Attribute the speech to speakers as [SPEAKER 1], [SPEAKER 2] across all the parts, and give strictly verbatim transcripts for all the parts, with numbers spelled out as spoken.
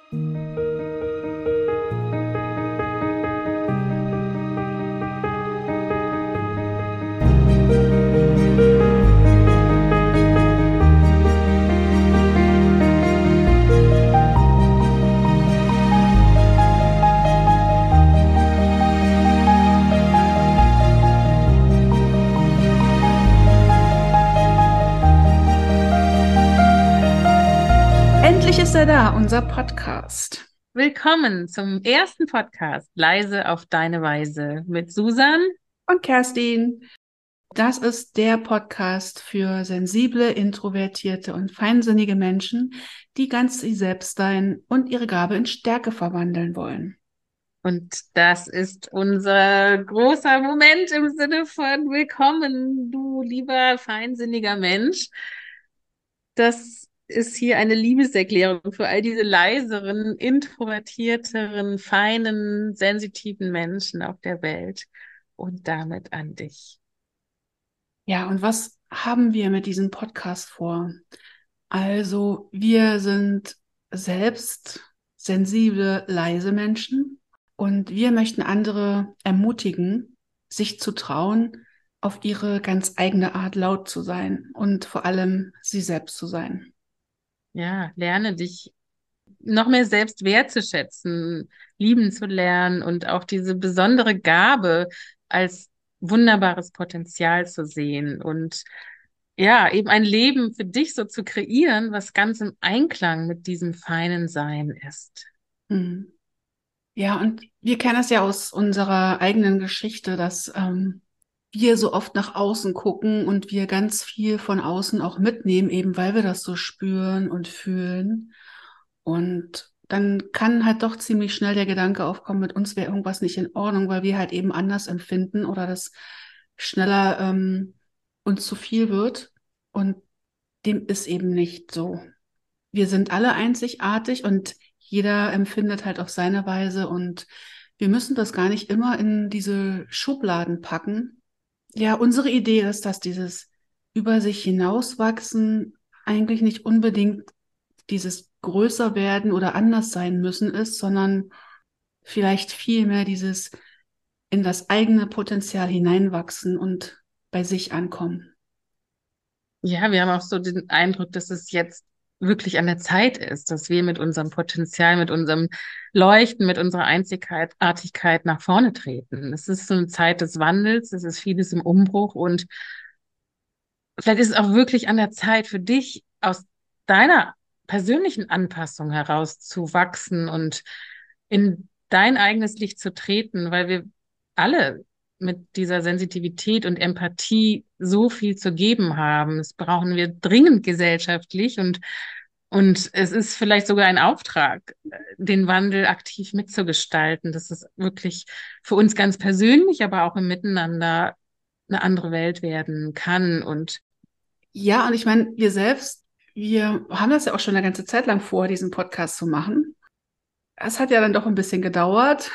[SPEAKER 1] Endlich ist er da, unser Podcast.
[SPEAKER 2] Willkommen zum ersten Podcast Leise auf deine Weise mit Susan
[SPEAKER 1] und Kerstin. Das ist der Podcast für sensible, introvertierte und feinsinnige Menschen, die ganz sie selbst sein und ihre Gabe in Stärke verwandeln wollen.
[SPEAKER 2] Und das ist unser großer Moment im Sinne von Willkommen, du lieber feinsinniger Mensch. Das ist hier eine Liebeserklärung für all diese leiseren, introvertierteren, feinen, sensitiven Menschen auf der Welt und damit an dich.
[SPEAKER 1] Ja, und was haben wir mit diesem Podcast vor? Also, wir sind selbst sensible, leise Menschen und wir möchten andere ermutigen, sich zu trauen, auf ihre ganz eigene Art laut zu sein und vor allem sie selbst zu sein.
[SPEAKER 2] Ja, lerne dich noch mehr selbst wertzuschätzen, lieben zu lernen und auch diese besondere Gabe als wunderbares Potenzial zu sehen und ja, eben ein Leben für dich so zu kreieren, was ganz im Einklang mit diesem feinen Sein ist.
[SPEAKER 1] Mhm. Ja, und wir kennen es ja aus unserer eigenen Geschichte, dass ähm, wir so oft nach außen gucken und wir ganz viel von außen auch mitnehmen, eben weil wir das so spüren und fühlen. Und dann kann halt doch ziemlich schnell der Gedanke aufkommen, mit uns wäre irgendwas nicht in Ordnung, weil wir halt eben anders empfinden oder das schneller ähm, uns zu viel wird. Und dem ist eben nicht so. Wir sind alle einzigartig und jeder empfindet halt auf seine Weise und wir müssen das gar nicht immer in diese Schubladen packen. Ja, unsere Idee ist, dass dieses über sich hinauswachsen eigentlich nicht unbedingt dieses größer werden oder anders sein müssen ist, sondern vielleicht vielmehr dieses in das eigene Potenzial hineinwachsen und bei sich ankommen.
[SPEAKER 2] Ja, wir haben auch so den Eindruck, dass es jetzt wirklich an der Zeit ist, dass wir mit unserem Potenzial, mit unserem Leuchten, mit unserer Einzigartigkeit nach vorne treten. Es ist so eine Zeit des Wandels, es ist vieles im Umbruch und vielleicht ist es auch wirklich an der Zeit für dich, aus deiner persönlichen Anpassung heraus zu wachsen und in dein eigenes Licht zu treten, weil wir alle mit dieser Sensitivität und Empathie so viel zu geben haben. Das brauchen wir dringend gesellschaftlich und und es ist vielleicht sogar ein Auftrag, den Wandel aktiv mitzugestalten. Das ist wirklich für uns ganz persönlich, aber auch im Miteinander eine andere Welt werden kann. Und
[SPEAKER 1] Ja, und ich meine, wir selbst, wir haben das ja auch schon eine ganze Zeit lang vor, diesen Podcast zu machen. Es hat ja dann doch ein bisschen gedauert,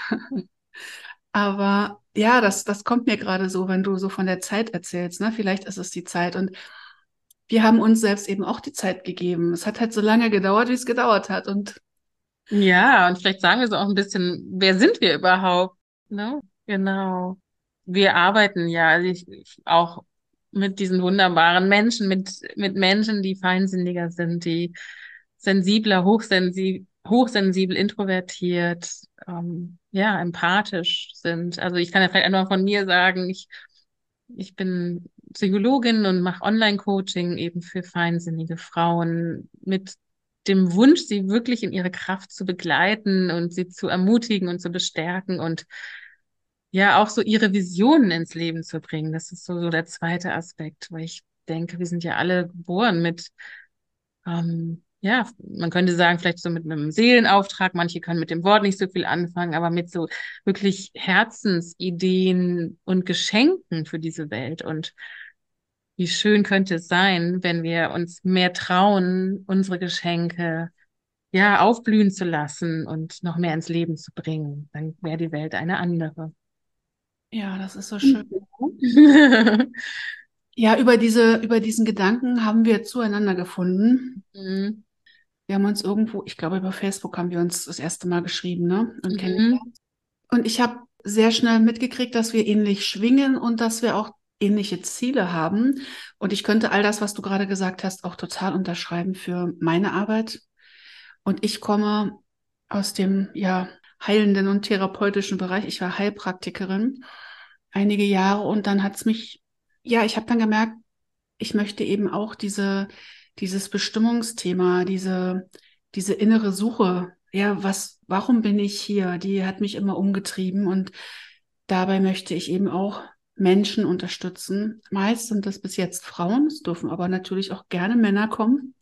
[SPEAKER 1] aber ja, das, das kommt mir gerade so, wenn du so von der Zeit erzählst, ne? Vielleicht ist es die Zeit und wir haben uns selbst eben auch die Zeit gegeben. Es hat halt so lange gedauert, wie es gedauert hat und
[SPEAKER 2] ja, und vielleicht sagen wir so auch ein bisschen, wer sind wir überhaupt? Ne? Genau. Wir arbeiten ja also ich, ich auch mit diesen wunderbaren Menschen, mit, mit Menschen, die feinsinniger sind, die sensibler, hochsensibel, hochsensibel, introvertiert, ähm, ja, empathisch sind. Also ich kann ja vielleicht einmal von mir sagen, ich, ich bin Psychologin und mache Online-Coaching eben für feinsinnige Frauen mit dem Wunsch, sie wirklich in ihre Kraft zu begleiten und sie zu ermutigen und zu bestärken und ja auch so ihre Visionen ins Leben zu bringen. Das ist so, so der zweite Aspekt, weil ich denke, wir sind ja alle geboren mit, ähm, ja, man könnte sagen, vielleicht so mit einem Seelenauftrag. Manche können mit dem Wort nicht so viel anfangen, aber mit so wirklich Herzensideen und Geschenken für diese Welt. Und wie schön könnte es sein, wenn wir uns mehr trauen, unsere Geschenke ja aufblühen zu lassen und noch mehr ins Leben zu bringen. Dann wäre die Welt eine andere.
[SPEAKER 1] ja, das ist so schön. Ja, über diese, über diesen Gedanken haben wir zueinander gefunden.
[SPEAKER 2] Mhm.
[SPEAKER 1] Wir haben uns irgendwo, ich glaube über Facebook haben wir uns das erste Mal geschrieben, ne? Und
[SPEAKER 2] Mhm.
[SPEAKER 1] kennengelernt. Und ich habe sehr schnell mitgekriegt, dass wir ähnlich schwingen und dass wir auch ähnliche Ziele haben. Und ich könnte all das, was du gerade gesagt hast, auch total unterschreiben für meine Arbeit. Und ich komme aus dem, ja, heilenden und therapeutischen Bereich. Ich war Heilpraktikerin einige Jahre und dann hat's mich, ja, ich habe dann gemerkt, ich möchte eben auch diese, dieses Bestimmungsthema, diese, diese innere Suche, ja, was, warum bin ich hier? Die hat mich immer umgetrieben und dabei möchte ich eben auch Menschen unterstützen. Meist sind das bis jetzt Frauen, es dürfen aber natürlich auch gerne Männer kommen,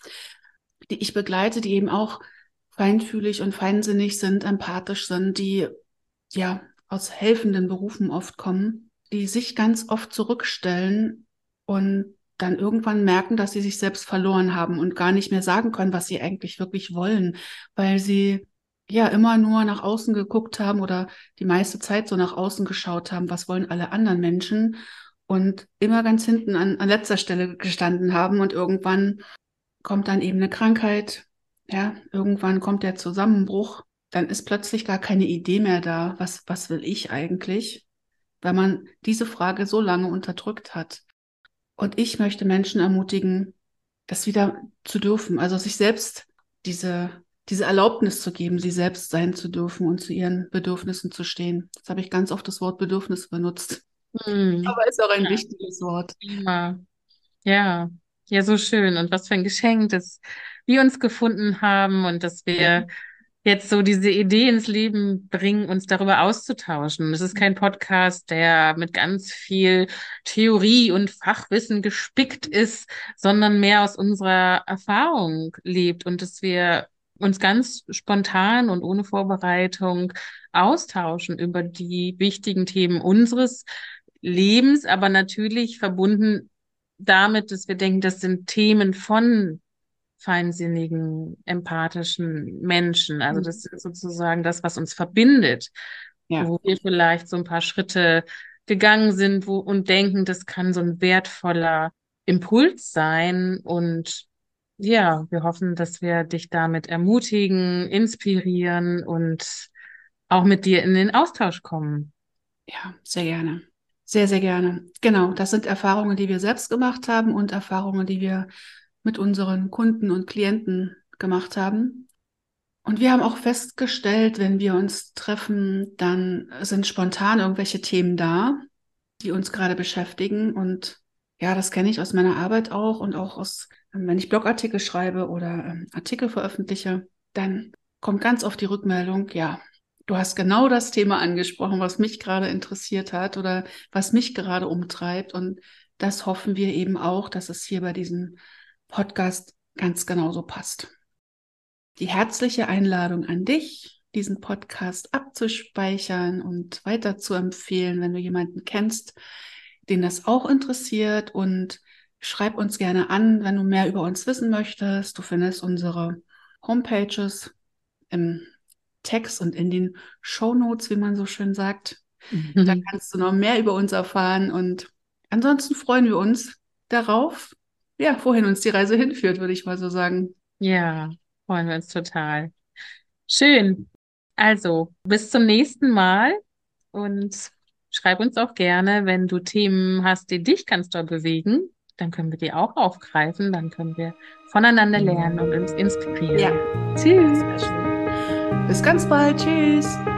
[SPEAKER 1] die ich begleite, die eben auch feinfühlig und feinsinnig sind, empathisch sind, die ja aus helfenden Berufen oft kommen, die sich ganz oft zurückstellen und dann irgendwann merken, dass sie sich selbst verloren haben und gar nicht mehr sagen können, was sie eigentlich wirklich wollen, weil sie ja immer nur nach außen geguckt haben oder die meiste Zeit so nach außen geschaut haben, was wollen alle anderen Menschen und immer ganz hinten an, an letzter Stelle gestanden haben und irgendwann kommt dann eben eine Krankheit, ja, irgendwann kommt der Zusammenbruch, dann ist plötzlich gar keine Idee mehr da, was, was will ich eigentlich, weil man diese Frage so lange unterdrückt hat. Und ich möchte Menschen ermutigen, das wieder zu dürfen, also sich selbst diese, diese Erlaubnis zu geben, sie selbst sein zu dürfen und zu ihren Bedürfnissen zu stehen. Jetzt habe ich ganz oft das Wort Bedürfnis benutzt,
[SPEAKER 2] Mhm.
[SPEAKER 1] aber ist auch ein
[SPEAKER 2] Ja,
[SPEAKER 1] wichtiges Wort.
[SPEAKER 2] prima. Ja, ja, so schön. Und was für ein Geschenk, dass wir uns gefunden haben und dass
[SPEAKER 1] Ja.
[SPEAKER 2] wir jetzt so diese Idee ins Leben bringen, uns darüber auszutauschen. Es ist kein Podcast, der mit ganz viel Theorie und Fachwissen gespickt ist, sondern mehr aus unserer Erfahrung lebt und dass wir uns ganz spontan und ohne Vorbereitung austauschen über die wichtigen Themen unseres Lebens, aber natürlich verbunden damit, dass wir denken, das sind Themen von feinsinnigen, empathischen Menschen. Also das ist sozusagen das, was uns verbindet,
[SPEAKER 1] Ja,
[SPEAKER 2] wo wir vielleicht so ein paar Schritte gegangen sind, wo und denken, das kann so ein wertvoller Impuls sein. Und ja, wir hoffen, dass wir dich damit ermutigen, inspirieren und auch mit dir in den Austausch kommen.
[SPEAKER 1] ja, sehr gerne. Sehr, sehr gerne. Genau, das sind Erfahrungen, die wir selbst gemacht haben und Erfahrungen, die wir mit unseren Kunden und Klienten gemacht haben. Und wir haben auch festgestellt, wenn wir uns treffen, dann sind spontan irgendwelche Themen da, die uns gerade beschäftigen. Und ja, das kenne ich aus meiner Arbeit auch und auch aus, wenn ich Blogartikel schreibe oder ähm, Artikel veröffentliche, dann kommt ganz oft die Rückmeldung, ja, du hast genau das Thema angesprochen, was mich gerade interessiert hat oder was mich gerade umtreibt. Und das hoffen wir eben auch, dass es hier bei diesem Podcast ganz genauso passt. Die herzliche Einladung an dich, diesen Podcast abzuspeichern und weiter zu empfehlen, wenn du jemanden kennst, den das auch interessiert. Und schreib uns gerne an, wenn du mehr über uns wissen möchtest. Du findest unsere Homepages im Text und in den Shownotes, wie man so schön sagt. Da kannst du noch mehr über uns erfahren. Und ansonsten freuen wir uns darauf, ja, wohin uns die Reise hinführt, würde ich mal so sagen.
[SPEAKER 2] Ja, freuen wir uns total. Schön. Also, bis zum nächsten Mal und schreib uns auch gerne, wenn du Themen hast, die dich ganz doll bewegen, dann können wir die auch aufgreifen, dann können wir voneinander lernen und uns
[SPEAKER 1] Ja,
[SPEAKER 2] inspirieren.
[SPEAKER 1] sehr
[SPEAKER 2] Tschüss.
[SPEAKER 1] schön. Bis ganz bald. Tschüss.